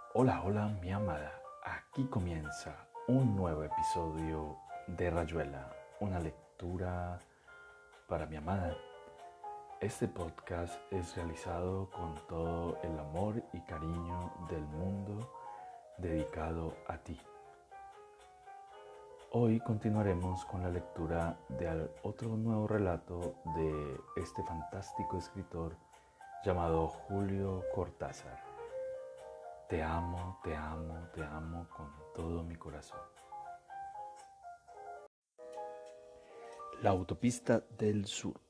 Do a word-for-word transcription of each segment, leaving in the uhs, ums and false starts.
Hola, hola, mi amada. Aquí comienza un nuevo episodio de Rayuela, una lectura para mi amada. Este podcast es realizado con todo el amor y cariño del mundo dedicado a ti. Hoy continuaremos con la lectura de otro nuevo relato de este fantástico escritor llamado Julio Cortázar. Te amo, te amo, te amo con todo mi corazón. La autopista del sur.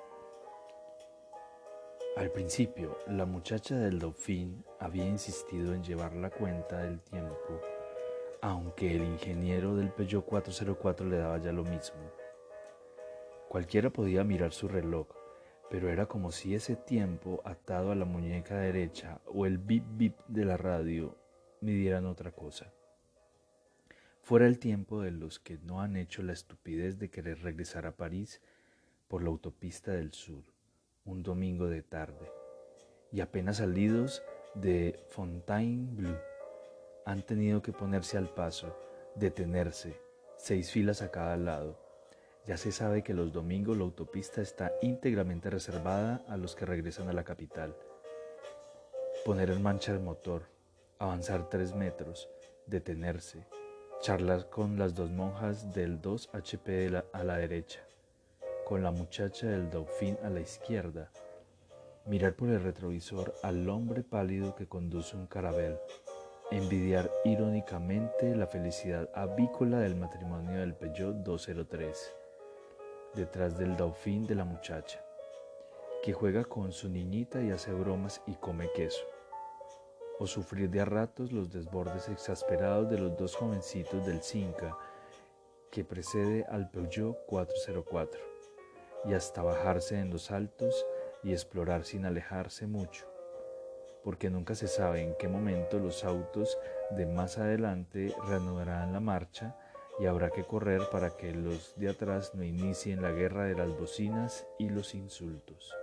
Al principio, la muchacha del Dauphin había insistido en llevar la cuenta del tiempo, aunque el ingeniero del Peugeot cuatrocientos cuatro le daba ya lo mismo. Cualquiera podía mirar su reloj, pero era como si ese tiempo atado a la muñeca derecha o el bip bip de la radio midieran otra cosa. Fuera el tiempo de los que no han hecho la estupidez de querer regresar a París por la autopista del sur, un domingo de tarde, y apenas salidos de Fontainebleau, han tenido que ponerse al paso, detenerse, seis filas a cada lado. Ya se sabe que los domingos la autopista está íntegramente reservada a los que regresan a la capital. Poner en marcha el motor, avanzar tres metros, detenerse, charlar con las dos monjas del dos H P a la derecha, con la muchacha del Dauphin a la izquierda, mirar por el retrovisor al hombre pálido que conduce un carabel, envidiar irónicamente la felicidad avícola del matrimonio del Peugeot doscientos tres, detrás del Dauphin de la muchacha, que juega con su niñita y hace bromas y come queso, o sufrir de a ratos los desbordes exasperados de los dos jovencitos del Cinca que precede al Peugeot cuatrocientos cuatro, y hasta bajarse en los altos y explorar sin alejarse mucho, porque nunca se sabe en qué momento los autos de más adelante reanudarán la marcha y habrá que correr para que los de atrás no inicien la guerra de las bocinas y los insultos.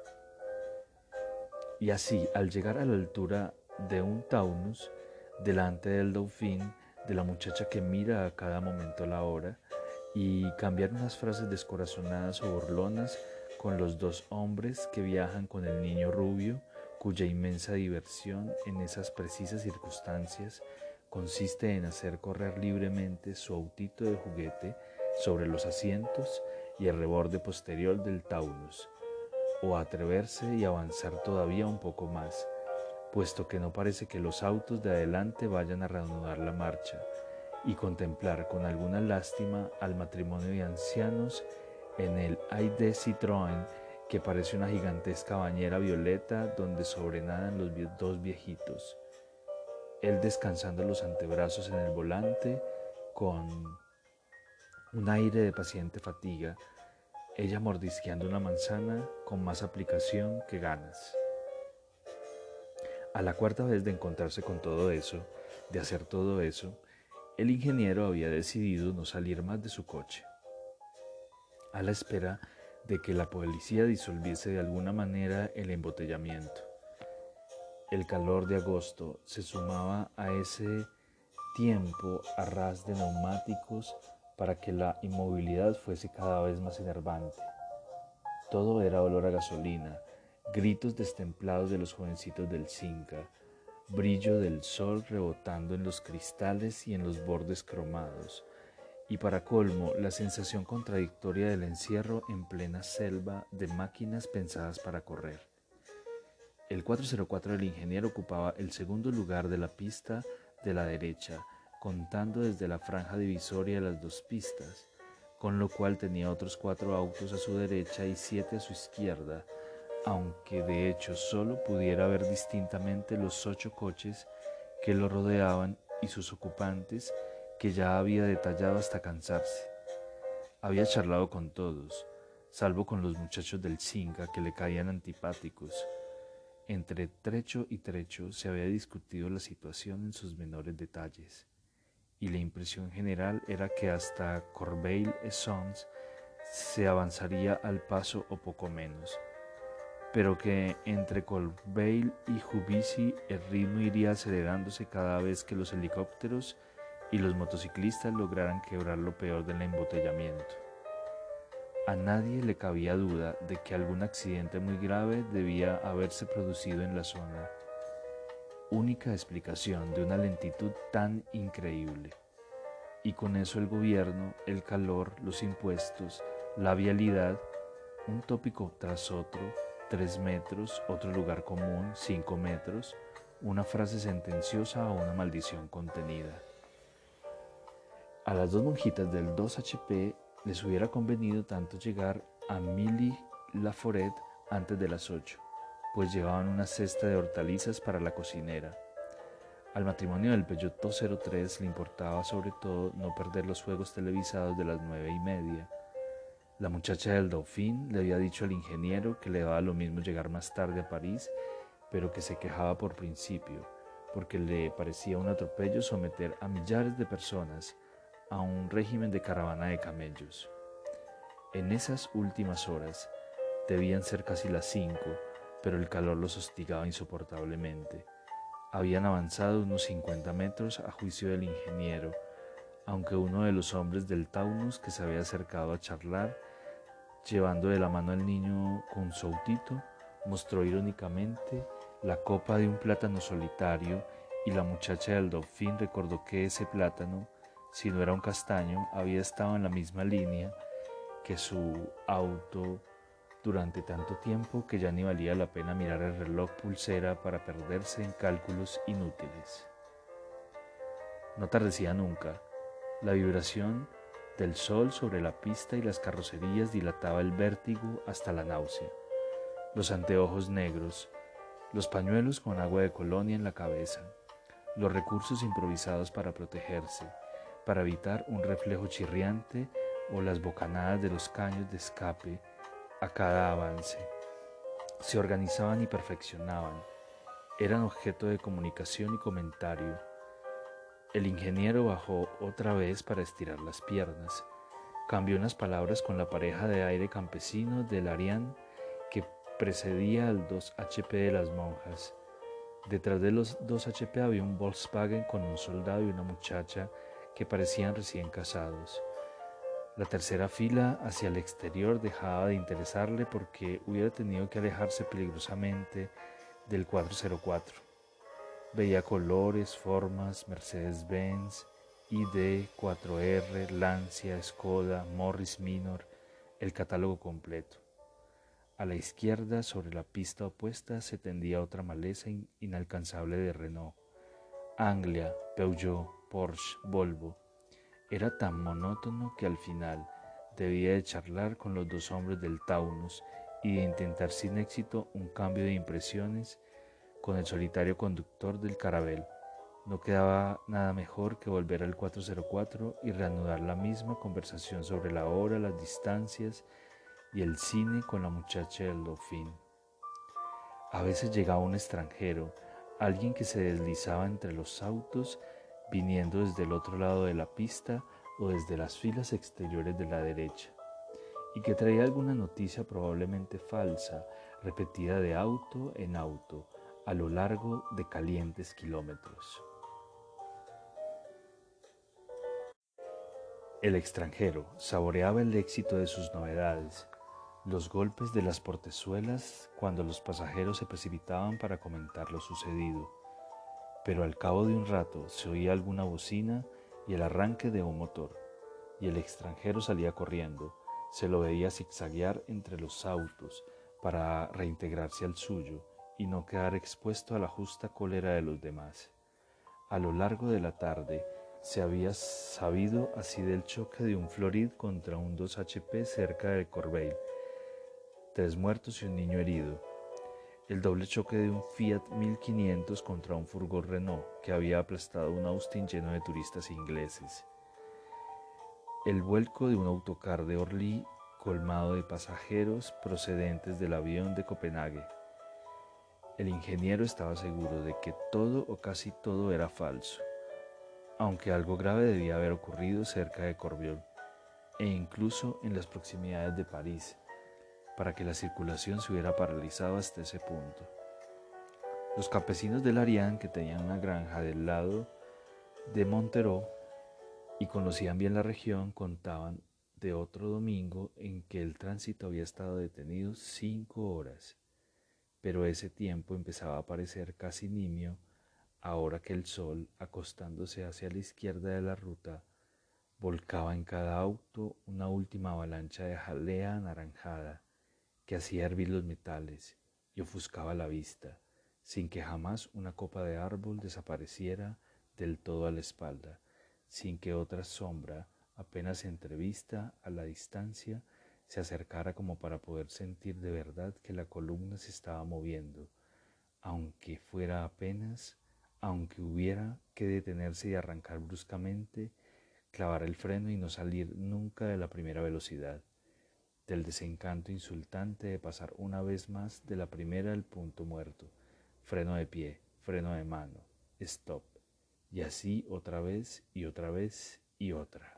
Y así, al llegar a la altura de un Taunus, delante del Dauphin, de la muchacha que mira a cada momento la hora, y cambiar unas frases descorazonadas o burlonas con los dos hombres que viajan con el niño rubio, cuya inmensa diversión en esas precisas circunstancias consiste en hacer correr libremente su autito de juguete sobre los asientos y el reborde posterior del Taunus, o atreverse y avanzar todavía un poco más, puesto que no parece que los autos de adelante vayan a reanudar la marcha, y contemplar con alguna lástima al matrimonio de ancianos en el I D Citroën, que parece una gigantesca bañera violeta donde sobrenadan los dos viejitos, él descansando los antebrazos en el volante con un aire de paciente fatiga, ella mordisqueando una manzana con más aplicación que ganas. A la cuarta vez de encontrarse con todo eso, de hacer todo eso, el ingeniero había decidido no salir más de su coche, a la espera de que la policía disolviese de alguna manera el embotellamiento. El calor de agosto se sumaba a ese tiempo a ras de neumáticos para que la inmovilidad fuese cada vez más enervante. Todo era olor a gasolina, gritos destemplados de los jovencitos del Cinca, brillo del sol rebotando en los cristales y en los bordes cromados, y para colmo la sensación contradictoria del encierro en plena selva de máquinas pensadas para correr. El cuatrocientos cuatro del ingeniero ocupaba el segundo lugar de la pista de la derecha, contando desde la franja divisoria de las dos pistas, con lo cual tenía otros cuatro autos a su derecha y siete a su izquierda, aunque de hecho solo pudiera ver distintamente los ocho coches que lo rodeaban y sus ocupantes, que ya había detallado hasta cansarse. Había charlado con todos, salvo con los muchachos del Cinca que le caían antipáticos. Entre trecho y trecho se había discutido la situación en sus menores detalles, y la impresión general era que hasta Corbeil-Essonnes se avanzaría al paso o poco menos. pero que entre Corbeil y Juvisy el ritmo iría acelerándose cada vez que los helicópteros y los motociclistas lograran quebrar lo peor del embotellamiento. A nadie le cabía duda de que algún accidente muy grave debía haberse producido en la zona, única explicación de una lentitud tan increíble. Y con eso el gobierno, el calor, los impuestos, la vialidad, un tópico tras otro, tres metros, otro lugar común, cinco metros, una frase sentenciosa o una maldición contenida. A las dos monjitas del dos H P les hubiera convenido tanto llegar a Milly-la-Forêt antes de las ocho, pues llevaban una cesta de hortalizas para la cocinera. Al matrimonio del Peugeot cero tres le importaba sobre todo no perder los juegos televisados de las nueve y media. La muchacha del Dauphin le había dicho al ingeniero que le daba lo mismo llegar más tarde a París, pero que se quejaba por principio, porque le parecía un atropello someter a millares de personas a un régimen de caravana de camellos. En esas últimas horas, debían ser casi las cinco, pero el calor los hostigaba insoportablemente. Habían avanzado unos cincuenta metros a juicio del ingeniero, aunque uno de los hombres del Taunus que se había acercado a charlar, llevando de la mano al niño con su autito, mostró irónicamente la copa de un plátano solitario y la muchacha del Dauphin recordó que ese plátano, si no era un castaño, había estado en la misma línea que su auto durante tanto tiempo que ya ni valía la pena mirar el reloj pulsera para perderse en cálculos inútiles. No tardecía nunca. La vibración del sol sobre la pista y las carrocerías dilataba el vértigo hasta la náusea. Los anteojos negros, los pañuelos con agua de colonia en la cabeza, los recursos improvisados para protegerse, para evitar un reflejo chirriante o las bocanadas de los caños de escape a cada avance. Se organizaban y perfeccionaban, eran objeto de comunicación y comentario. El ingeniero bajó otra vez para estirar las piernas. Cambió unas palabras con la pareja de aire campesino del Ariane que precedía al dos H P de las monjas. Detrás de los dos H P había un Volkswagen con un soldado y una muchacha que parecían recién casados. La tercera fila hacia el exterior dejaba de interesarle porque hubiera tenido que alejarse peligrosamente del cuatro cero cuatro. Veía colores, formas, Mercedes-Benz, I D, cuatro R, Lancia, Skoda, Morris Minor, el catálogo completo. A la izquierda, sobre la pista opuesta, se tendía otra maleza in- inalcanzable de Renault, Anglia, Peugeot, Porsche, Volvo. Era tan monótono que al final debía de charlar con los dos hombres del Taunus y de intentar sin éxito un cambio de impresiones con el solitario conductor del Caravelle. No quedaba nada mejor que volver al cuatro cero cuatro y reanudar la misma conversación sobre la hora, las distancias y el cine con la muchacha del Dauphin. A veces llegaba un extranjero, alguien que se deslizaba entre los autos viniendo desde el otro lado de la pista o desde las filas exteriores de la derecha, y que traía alguna noticia probablemente falsa, repetida de auto en auto, a lo largo de calientes kilómetros. El extranjero saboreaba el éxito de sus novedades, los golpes de las portezuelas cuando los pasajeros se precipitaban para comentar lo sucedido, pero al cabo de un rato se oía alguna bocina y el arranque de un motor, y el extranjero salía corriendo, se lo veía zigzaguear entre los autos para reintegrarse al suyo y no quedar expuesto a la justa cólera de los demás. A lo largo de la tarde se había sabido así del choque de un Florid contra un dos H P cerca de Corbeil, tres muertos y un niño herido. El doble choque de un Fiat mil quinientos contra un furgón Renault que había aplastado un Austin lleno de turistas ingleses. El vuelco de un autocar de Orly colmado de pasajeros procedentes del avión de Copenhague. El ingeniero estaba seguro de que todo o casi todo era falso, aunque algo grave debía haber ocurrido cerca de Corbeil e incluso en las proximidades de París, para que la circulación se hubiera paralizado hasta ese punto. Los campesinos de Larián, que tenían una granja del lado de Montereau y conocían bien la región, contaban de otro domingo en que el tránsito había estado detenido cinco horas, pero ese tiempo empezaba a parecer casi nimio ahora que el sol, acostándose hacia la izquierda de la ruta, volcaba en cada auto una última avalancha de jalea anaranjada que hacía hervir los metales y ofuscaba la vista, sin que jamás una copa de árbol desapareciera del todo a la espalda, sin que otra sombra, apenas entrevista a la distancia, se acercara como para poder sentir de verdad que la columna se estaba moviendo, aunque fuera apenas, aunque hubiera que detenerse y arrancar bruscamente, clavar el freno y no salir nunca de la primera velocidad, del desencanto insultante de pasar una vez más de la primera al punto muerto, freno de pie, freno de mano, stop, y así otra vez y otra vez y otra.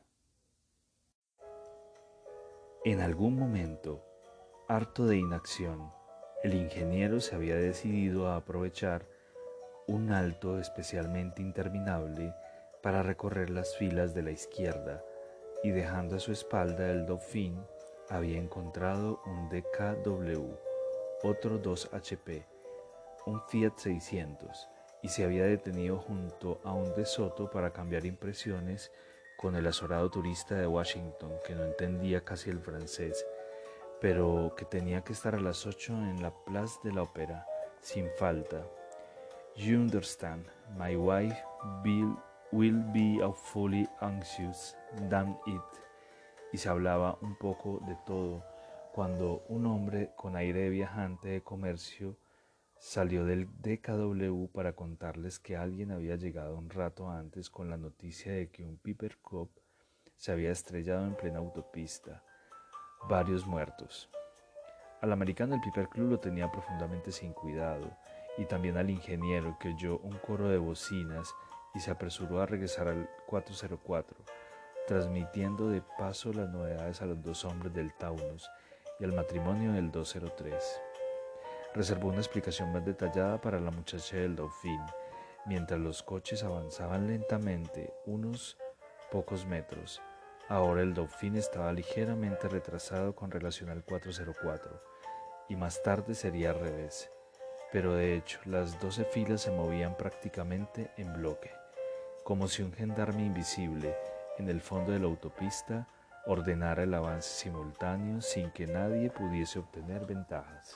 En algún momento, harto de inacción, el ingeniero se había decidido a aprovechar un alto especialmente interminable para recorrer las filas de la izquierda, y dejando a su espalda el Dauphin, había encontrado un D K W, otro dos H P, un Fiat seiscientos, y se había detenido junto a un De Soto para cambiar impresiones con el azorado turista de Washington, que no entendía casi el francés, pero que tenía que estar a las ocho en la Place de la Opera, sin falta. You understand, my wife will, will be awfully anxious, damn it. Y se hablaba un poco de todo, cuando un hombre con aire de viajante de comercio salió del D K W para contarles que alguien había llegado un rato antes con la noticia de que un Piper Cub se había estrellado en plena autopista. Varios muertos. Al americano el Piper Club lo tenía profundamente sin cuidado, y también al ingeniero, que oyó un coro de bocinas y se apresuró a regresar al cuatro cero cuatro, transmitiendo de paso las novedades a los dos hombres del Taunus y al matrimonio del dos cero tres. Reservó una explicación más detallada para la muchacha del Dauphin, mientras los coches avanzaban lentamente unos pocos metros. Ahora el Dauphin estaba ligeramente retrasado con relación al cuatro cero cuatro, y más tarde sería al revés. Pero de hecho, las doce filas se movían prácticamente en bloque, como si un gendarme invisible en el fondo de la autopista ordenara el avance simultáneo sin que nadie pudiese obtener ventajas.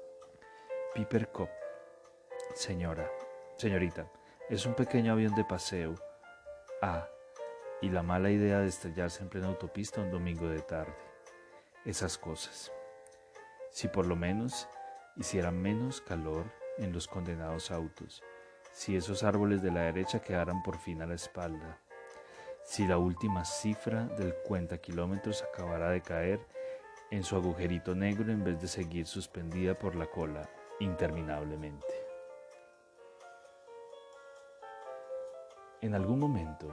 Piper Cub, señora, señorita, es un pequeño avión de paseo. Ah, y la mala idea de estrellarse en plena autopista un domingo de tarde. Esas cosas. Si por lo menos hiciera menos calor en los condenados autos, si esos árboles de la derecha quedaran por fin a la espalda, si la última cifra del cuenta kilómetros acabara de caer en su agujerito negro en vez de seguir suspendida por la cola interminablemente. En algún momento,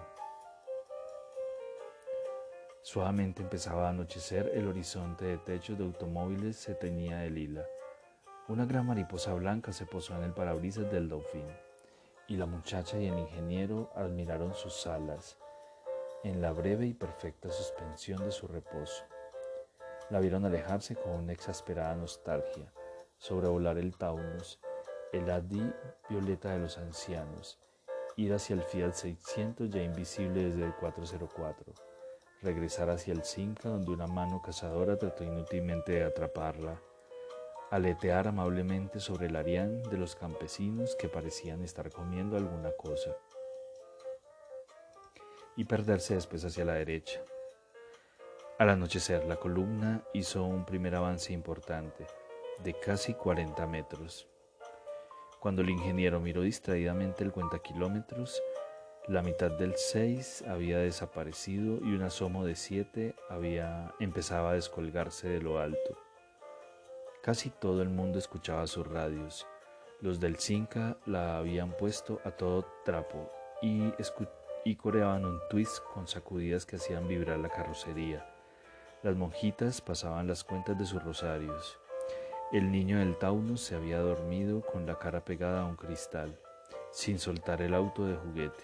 suavemente empezaba a anochecer, el horizonte de techos de automóviles se teñía de lila. Una gran mariposa blanca se posó en el parabrisas del Dauphin, y la muchacha y el ingeniero admiraron sus alas en la breve y perfecta suspensión de su reposo. La vieron alejarse con una exasperada nostalgia, sobrevolar el Taunus, el Adi violeta de los ancianos, ir hacia el Fiat seiscientos ya invisible desde el cuatro cero cuatro, regresar hacia el Simca donde una mano cazadora trató inútilmente de atraparla, aletear amablemente sobre el arián de los campesinos que parecían estar comiendo alguna cosa, y perderse después hacia la derecha. Al anochecer, la columna hizo un primer avance importante, de casi cuarenta metros. Cuando el ingeniero miró distraídamente el cuentakilómetros, la mitad del seis había desaparecido y un asomo de siete había, empezaba a descolgarse de lo alto. Casi todo el mundo escuchaba sus radios. Los del Simca la habían puesto a todo trapo y, y coreaban un twist con sacudidas que hacían vibrar la carrocería. Las monjitas pasaban las cuentas de sus rosarios. El niño del Taunus se había dormido con la cara pegada a un cristal, sin soltar el auto de juguete.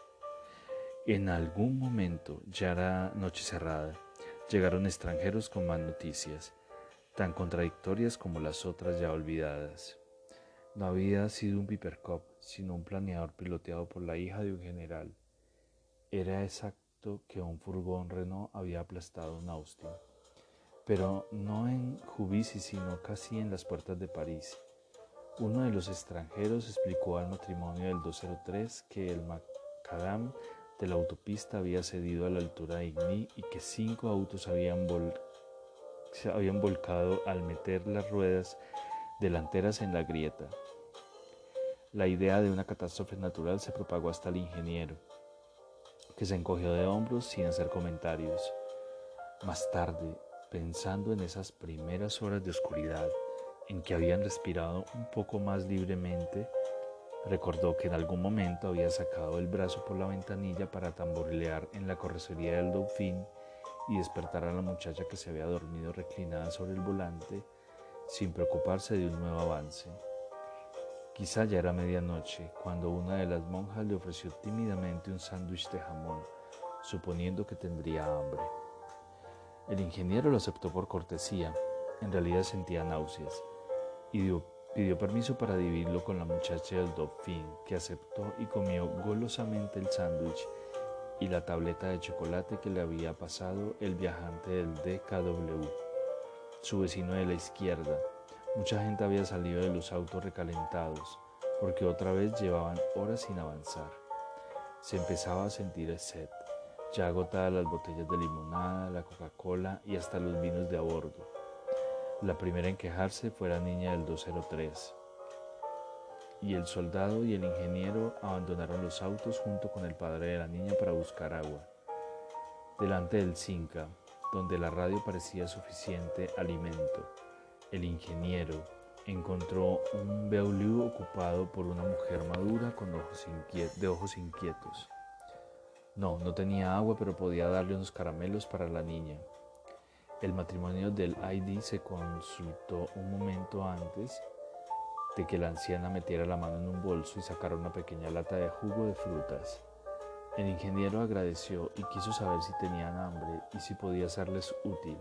En algún momento, ya era noche cerrada, llegaron extranjeros con más noticias, tan contradictorias como las otras ya olvidadas. No había sido un Pipercop, sino un planeador piloteado por la hija de un general. Era exacto que un furgón Renault había aplastado un Austin, pero no en Juvisy, sino casi en las puertas de París. Uno de los extranjeros explicó al matrimonio del doscientos tres que el macadam de la autopista había cedido a la altura de Igny y que cinco autos habían, vol- se habían volcado al meter las ruedas delanteras en la grieta. La idea de una catástrofe natural se propagó hasta el ingeniero, que se encogió de hombros sin hacer comentarios. Más tarde, pensando en esas primeras horas de oscuridad en que habían respirado un poco más libremente, recordó que en algún momento había sacado el brazo por la ventanilla para tamborilear en la carrocería del Dauphin y despertar a la muchacha que se había dormido reclinada sobre el volante sin preocuparse de un nuevo avance. Quizá ya era medianoche cuando una de las monjas le ofreció tímidamente un sándwich de jamón, suponiendo que tendría hambre. El ingeniero lo aceptó por cortesía, en realidad sentía náuseas, y dio, pidió permiso para dividirlo con la muchacha del Dauphin, que aceptó y comió golosamente el sándwich y la tableta de chocolate que le había pasado el viajante del D K W, su vecino de la izquierda. Mucha gente había salido de los autos recalentados, porque otra vez llevaban horas sin avanzar. Se empezaba a sentir sed, ya agotadas las botellas de limonada, la Coca-Cola y hasta los vinos de a bordo. La primera en quejarse fue la niña del doscientos tres, y el soldado y el ingeniero abandonaron los autos junto con el padre de la niña para buscar agua. Delante del Cinca, donde la radio parecía suficiente alimento, el ingeniero encontró un Beaulieu ocupado por una mujer madura con ojos de ojos inquietos. No, no tenía agua, pero podía darle unos caramelos para la niña. El matrimonio del I D se consultó un momento antes de que la anciana metiera la mano en un bolso y sacara una pequeña lata de jugo de frutas. El ingeniero agradeció y quiso saber si tenían hambre y si podía serles útil.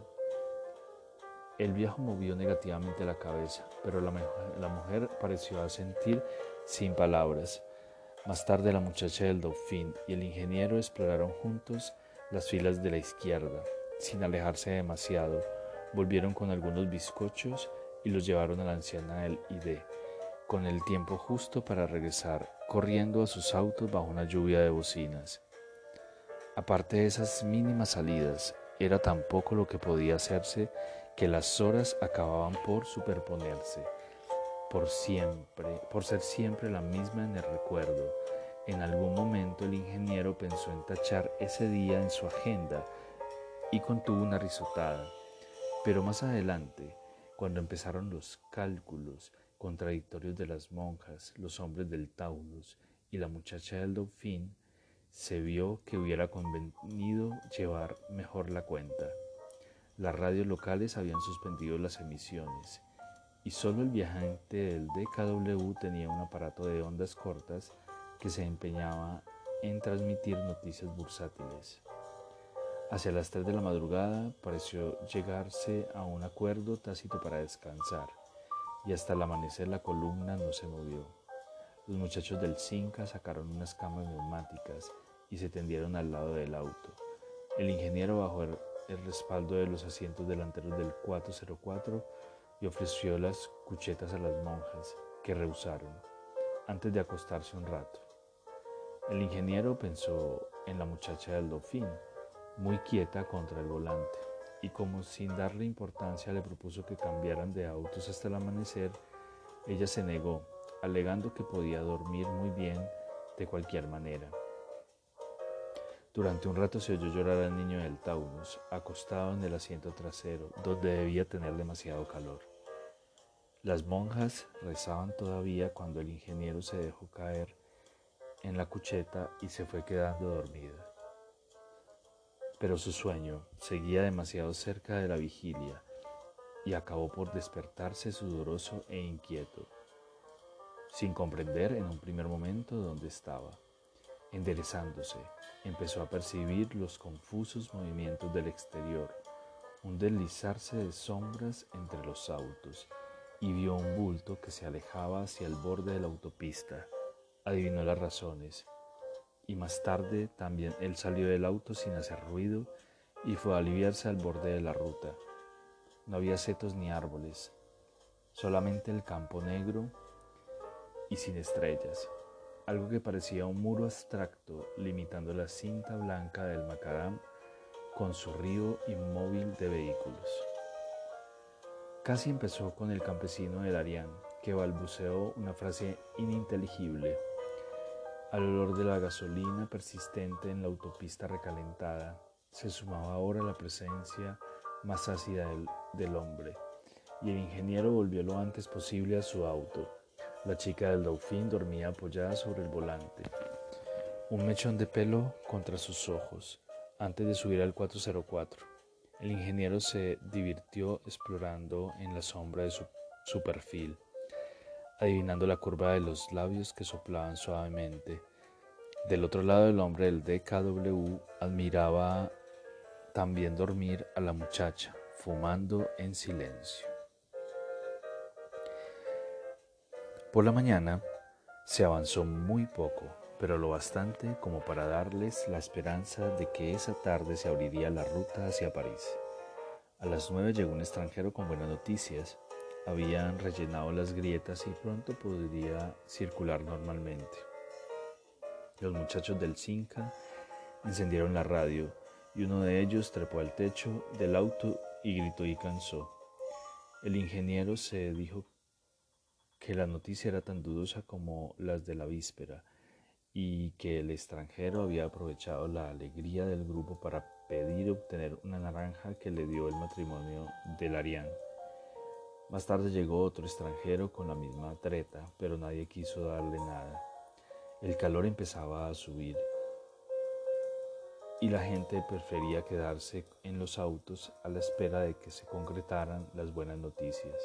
El viejo movió negativamente la cabeza, pero la, mujer, la mujer pareció asentir sin palabras. Más tarde la muchacha del Dauphin y el ingeniero exploraron juntos las filas de la izquierda. Sin alejarse demasiado, volvieron con algunos bizcochos y los llevaron a la anciana del I D, con el tiempo justo para regresar, corriendo a sus autos bajo una lluvia de bocinas. Aparte de esas mínimas salidas, era tan poco lo que podía hacerse que las horas acababan por superponerse, por siempre, por ser siempre la misma en el recuerdo. En algún momento el ingeniero pensó en tachar ese día en su agenda y contuvo una risotada. Pero más adelante, cuando empezaron los cálculos contradictorios de las monjas, los hombres del Taunus y la muchacha del Dauphin, se vio que hubiera convenido llevar mejor la cuenta. Las radios locales habían suspendido las emisiones y solo el viajante del D K W tenía un aparato de ondas cortas que se empeñaba en transmitir noticias bursátiles. Hacia las tres de la madrugada pareció llegarse a un acuerdo tácito para descansar, y hasta el amanecer la columna no se movió. Los muchachos del Cinca sacaron unas camas neumáticas y se tendieron al lado del auto. El ingeniero bajó el, el respaldo de los asientos delanteros del cuatrocientos cuatro y ofreció las cuchetas a las monjas, que rehusaron, antes de acostarse un rato. El ingeniero pensó en la muchacha del Dauphin, muy quieta contra el volante, y como sin darle importancia le propuso que cambiaran de autos hasta el amanecer. Ella se negó, alegando que podía dormir muy bien de cualquier manera. Durante un rato se oyó llorar al niño del Taunus, acostado en el asiento trasero, donde debía tener demasiado calor. Las monjas rezaban todavía cuando el ingeniero se dejó caer en la cucheta y se fue quedando dormido. pero su sueño seguía demasiado cerca de la vigilia y acabó por despertarse sudoroso e inquieto, sin comprender en un primer momento dónde estaba. Enderezándose, empezó a percibir los confusos movimientos del exterior, un deslizarse de sombras entre los autos, y vio un bulto que se alejaba hacia el borde de la autopista. Adivinó las razones, y más tarde también él salió del auto sin hacer ruido y fue a aliviarse al borde de la ruta. No había setos ni árboles, solamente el campo negro y sin estrellas, algo que parecía un muro abstracto limitando la cinta blanca del macadam con su río inmóvil de vehículos. Casi empezó con el campesino del Arián, que balbuceó una frase ininteligible. Al olor de la gasolina persistente en la autopista recalentada, se sumaba ahora la presencia más ácida del, del hombre, y el ingeniero volvió lo antes posible a su auto. La chica del Dauphin dormía apoyada sobre el volante, un mechón de pelo contra sus ojos, antes de subir al cuatro cero cuatro. El ingeniero se divirtió explorando en la sombra de su, su perfil, adivinando la curva de los labios que soplaban suavemente. Del otro lado, el hombre del D K W admiraba también dormir a la muchacha, fumando en silencio. Por la mañana se avanzó muy poco, pero lo bastante como para darles la esperanza de que esa tarde se abriría la ruta hacia París. A las nueve llegó un extranjero con buenas noticias. Habían rellenado las grietas y pronto podría circular normalmente. Los muchachos del Cinca encendieron la radio y uno de ellos trepó al techo del auto y gritó y cansó. El ingeniero se dijo que la noticia era tan dudosa como las de la víspera y que el extranjero había aprovechado la alegría del grupo para pedir obtener una naranja que le dio el matrimonio del Arián. Más tarde llegó otro extranjero con la misma treta, pero nadie quiso darle nada. El calor empezaba a subir y la gente prefería quedarse en los autos a la espera de que se concretaran las buenas noticias.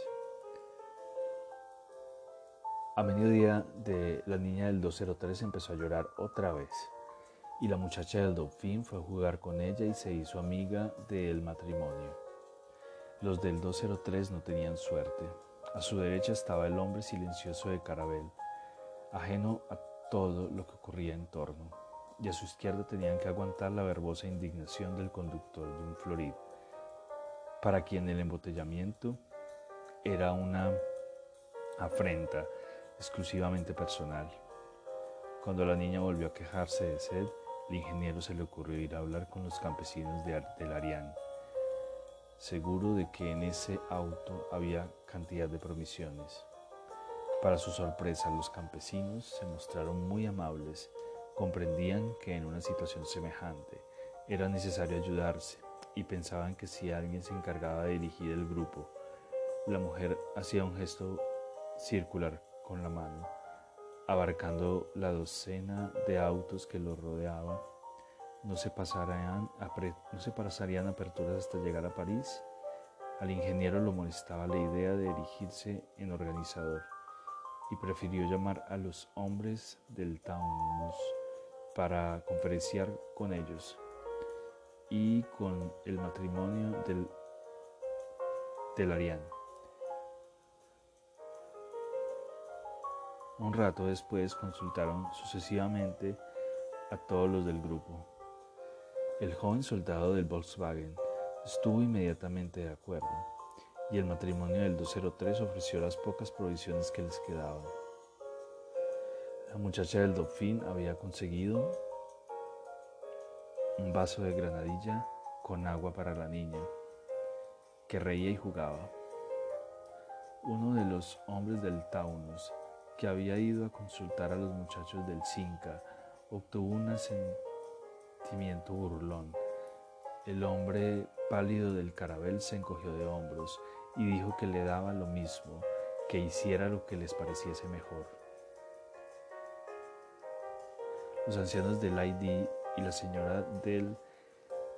A mediodía, de la niña del dos cero tres empezó a llorar otra vez, y la muchacha del Dauphin fue a jugar con ella y se hizo amiga del matrimonio. Los del dos cero tres no tenían suerte. A su derecha estaba el hombre silencioso de Carabel, ajeno a todo lo que ocurría en torno, y a su izquierda tenían que aguantar la verbosa indignación del conductor de un Florid, para quien el embotellamiento era una afrenta exclusivamente personal. Cuando la niña volvió a quejarse de sed, el ingeniero se le ocurrió ir a hablar con los campesinos de del Arián, seguro de que en ese auto había cantidad de provisiones. Para su sorpresa, los campesinos se mostraron muy amables, comprendían que en una situación semejante era necesario ayudarse y pensaban que si alguien se encargaba de dirigir el grupo, la mujer hacía un gesto circular con la mano, abarcando la docena de autos que lo rodeaban. No se pasarían, no se pasarían aperturas hasta llegar a París. Al ingeniero lo molestaba la idea de erigirse en organizador y prefirió llamar a los hombres del Taunus para conferenciar con ellos y con el matrimonio del, del Arián. Un rato después consultaron sucesivamente a todos los del grupo. El joven soldado del Volkswagen estuvo inmediatamente de acuerdo, y el matrimonio del dos cero tres ofreció las pocas provisiones que les quedaban. La muchacha del Dauphin había conseguido un vaso de granadilla con agua para la niña, que reía y jugaba. Uno de los hombres del Taunus, que había ido a consultar a los muchachos del Cinca, obtuvo un asentimiento burlón. El hombre pálido del Carabel se encogió de hombros y dijo que le daba lo mismo, que hiciera lo que les pareciese mejor. Los ancianos del I D y la señora del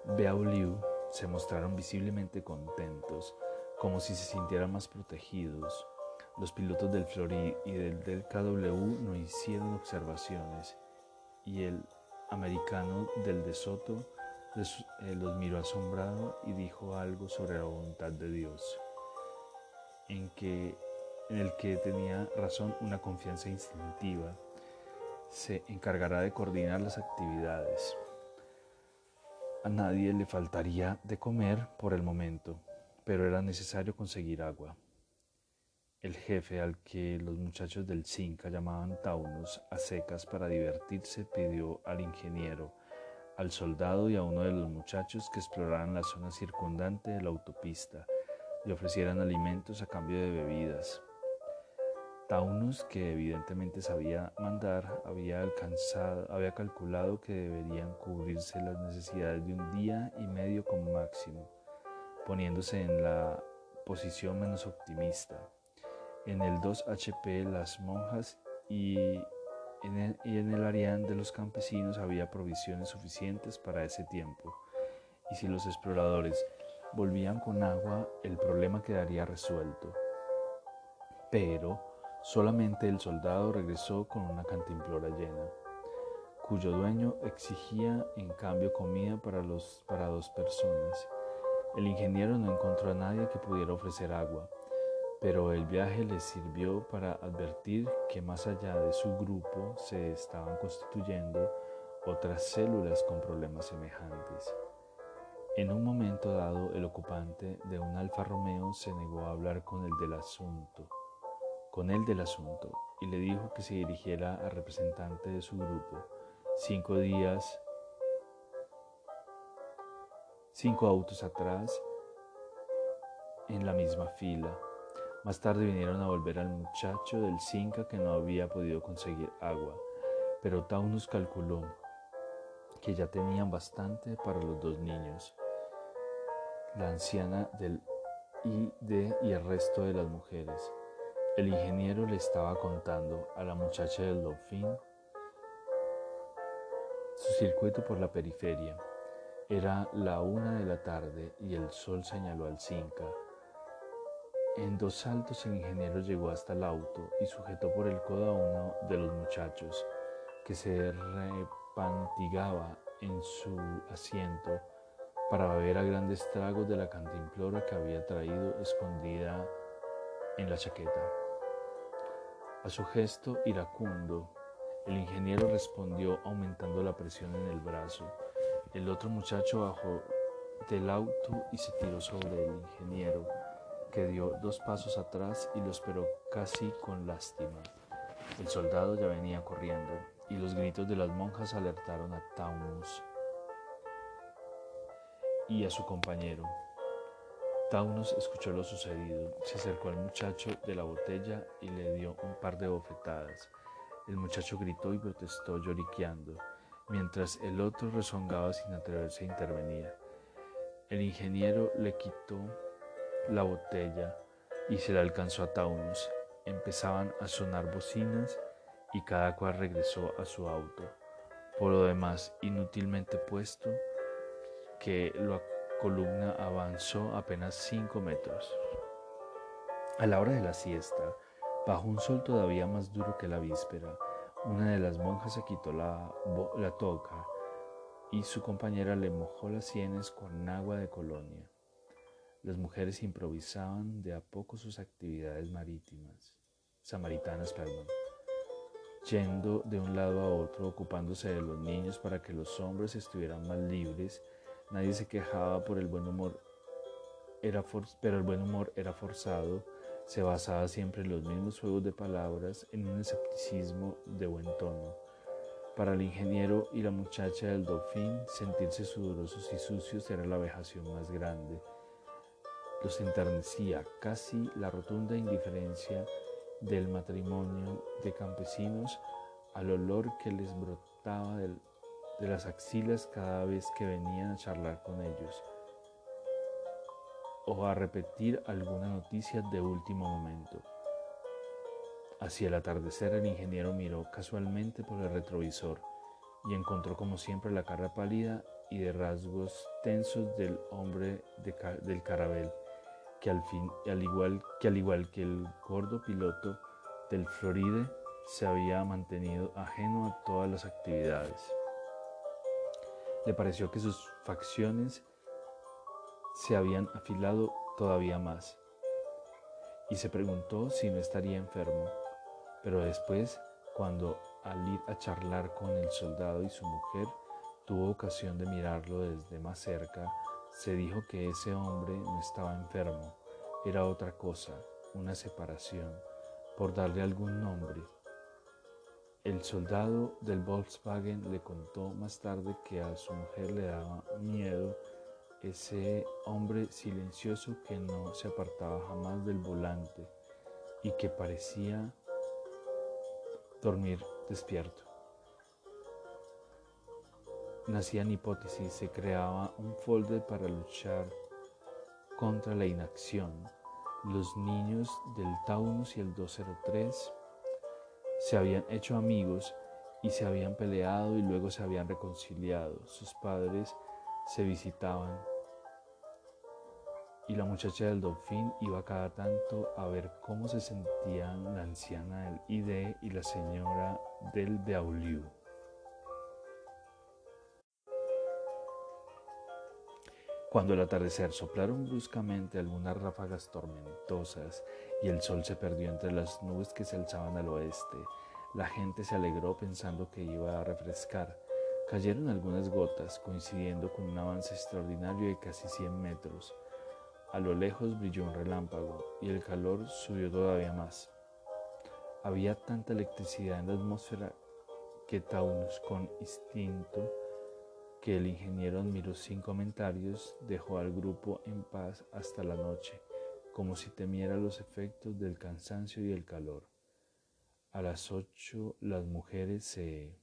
Beaulieu se mostraron visiblemente contentos, como si se sintieran más protegidos. Los pilotos del Floride y del del K W no hicieron observaciones, y el americano del De Soto les, eh, los miró asombrado y dijo algo sobre la voluntad de Dios, en, que, en el que tenía razón una confianza instintiva. Se encargará de coordinar las actividades. A nadie le faltaría de comer por el momento, pero era necesario conseguir agua. El jefe, al que los muchachos del Cinca llamaban Taunus a secas para divertirse, pidió al ingeniero, al soldado y a uno de los muchachos que exploraran la zona circundante de la autopista y ofrecieran alimentos a cambio de bebidas. Taunus, que evidentemente sabía mandar, había, alcanzado, había calculado que deberían cubrirse las necesidades de un día y medio como máximo, poniéndose en la posición menos optimista. En el dos H P las monjas y en, el, y en el Arián de los campesinos había provisiones suficientes para ese tiempo, y si los exploradores volvían con agua, el problema quedaría resuelto. Pero solamente el soldado regresó con una cantimplora llena, cuyo dueño exigía en cambio comida para, los, para dos personas. El ingeniero no encontró a nadie que pudiera ofrecer agua, pero el viaje les sirvió para advertir que más allá de su grupo se estaban constituyendo otras células con problemas semejantes. En un momento dado, el ocupante de un Alfa Romeo se negó a hablar con el del asunto, con el del asunto, y le dijo que se dirigiera al representante de su grupo. Cinco días, cinco autos atrás, en la misma fila. Más tarde vinieron a volver al muchacho del Cinca que no había podido conseguir agua, pero Taunus calculó que ya tenían bastante para los dos niños, la anciana del I D y el resto de las mujeres. El ingeniero le estaba contando a la muchacha del Dauphin su circuito por la periferia. Era la una de la tarde y el sol señaló al Cinca. En dos saltos el ingeniero llegó hasta el auto y sujetó por el codo a uno de los muchachos, que se repantigaba en su asiento para beber a grandes tragos de la cantimplora que había traído escondida en la chaqueta. A su gesto iracundo, el ingeniero respondió aumentando la presión en el brazo. El otro muchacho bajó del auto y se tiró sobre el ingeniero, que dio dos pasos atrás y lo esperó casi con lástima. El soldado ya venía corriendo, y los gritos de las monjas alertaron a Taunus y a su compañero. Taunus escuchó lo sucedido, se acercó al muchacho de la botella y le dio un par de bofetadas. El muchacho gritó y protestó lloriqueando, mientras el otro rezongaba sin atreverse a intervenir. El ingeniero le quitó la botella y se la alcanzó a Taunus. Empezaban a sonar bocinas y cada cual regresó a su auto, por lo demás inútilmente puesto que la columna avanzó apenas cinco metros. A la hora de la siesta, bajo un sol todavía más duro que la víspera, una de las monjas se quitó la, la toca y su compañera le mojó las sienes con agua de colonia. Las mujeres improvisaban de a poco sus actividades marítimas, samaritanas, perdón, yendo de un lado a otro, ocupándose de los niños para que los hombres estuvieran más libres. Nadie se quejaba por el buen humor, era for- pero el buen humor era forzado, se basaba siempre en los mismos juegos de palabras, en un escepticismo de buen tono. Para el ingeniero y la muchacha del Dauphin, sentirse sudorosos y sucios era la vejación más grande. Los enternecía casi la rotunda indiferencia del matrimonio de campesinos al olor que les brotaba del, de las axilas cada vez que venían a charlar con ellos o a repetir alguna noticia de último momento. Hacia el atardecer el ingeniero miró casualmente por el retrovisor y encontró como siempre la cara pálida y de rasgos tensos del hombre de ca- del carabel, que al, fin, al igual, que al igual que el gordo piloto del Floride se había mantenido ajeno a todas las actividades. Le pareció que sus facciones se habían afilado todavía más y se preguntó si no estaría enfermo. Pero después, cuando al ir a charlar con el soldado y su mujer tuvo ocasión de mirarlo desde más cerca, se dijo que ese hombre no estaba enfermo, era otra cosa, una separación, por darle algún nombre. El soldado del Volkswagen le contó más tarde que a su mujer le daba miedo ese hombre silencioso que no se apartaba jamás del volante y que parecía dormir despierto. Nacían hipótesis, se creaba un folder para luchar contra la inacción. Los niños del Taunus y el doscientos tres se habían hecho amigos y se habían peleado y luego se habían reconciliado. Sus padres se visitaban y la muchacha del Dolphin iba cada tanto a ver cómo se sentían la anciana del I D y la señora del Beaulieu. Cuando al atardecer soplaron bruscamente algunas ráfagas tormentosas y el sol se perdió entre las nubes que se alzaban al oeste, la gente se alegró pensando que iba a refrescar. Cayeron algunas gotas, coincidiendo con un avance extraordinario de casi cien metros. A lo lejos brilló un relámpago y el calor subió todavía más. Había tanta electricidad en la atmósfera que Taunus, con instinto, que el ingeniero admiró sin comentarios, dejó al grupo en paz hasta la noche, como si temiera los efectos del cansancio y el calor. A las ocho las mujeres se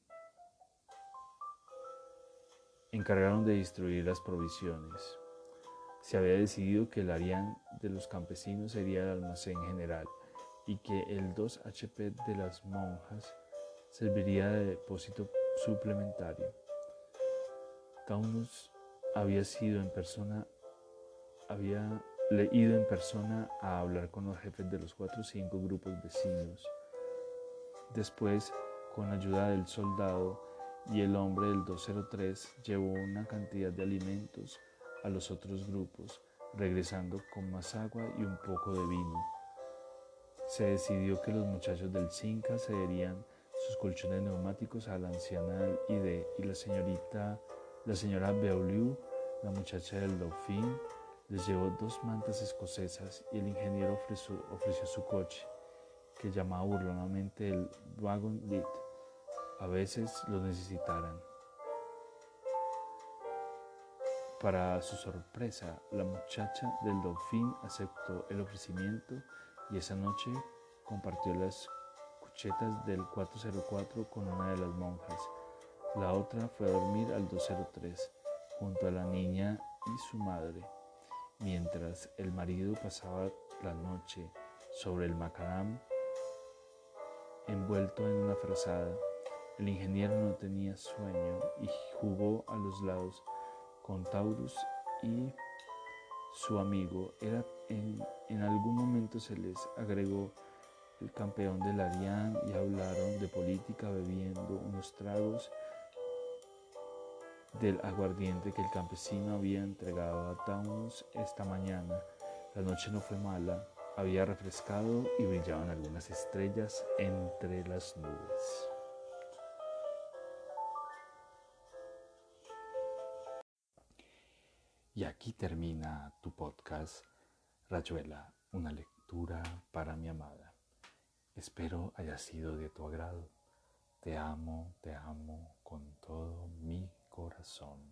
encargaron de distribuir las provisiones. Se había decidido que el Ariane de los campesinos sería el almacén general y que el dos H P de las monjas serviría de depósito suplementario. Taunus había sido en persona, había ido en persona a hablar con los jefes de los cuatro o cinco grupos vecinos. Después, con la ayuda del soldado y el hombre del doscientos tres, llevó una cantidad de alimentos a los otros grupos, regresando con más agua y un poco de vino. Se decidió que los muchachos del Cinca cederían sus colchones neumáticos a la anciana del I D y la señorita, la señora Beaulieu, la muchacha del Dauphin, les llevó dos mantas escocesas y el ingeniero ofreció, ofreció su coche, que llamaba burlonamente el Wagon Lit, a veces lo necesitaran. Para su sorpresa, la muchacha del Dauphin aceptó el ofrecimiento y esa noche compartió las cuchetas del cuatrocientos cuatro con una de las monjas. La otra fue a dormir al doscientos tres junto a la niña y su madre, mientras el marido pasaba la noche sobre el macadam envuelto en una frazada. El ingeniero no tenía sueño y jugó a los lados con Taunus y su amigo. Era en, en algún momento se les agregó el campeón del Ariane y hablaron de política bebiendo unos tragos del aguardiente que el campesino había entregado a Taunus esta mañana. La noche no fue mala, había refrescado y brillaban algunas estrellas entre las nubes. Y aquí termina tu podcast, Rayuela, una lectura para mi amada. Espero haya sido de tu agrado. Te amo, te amo con todo mi corazón.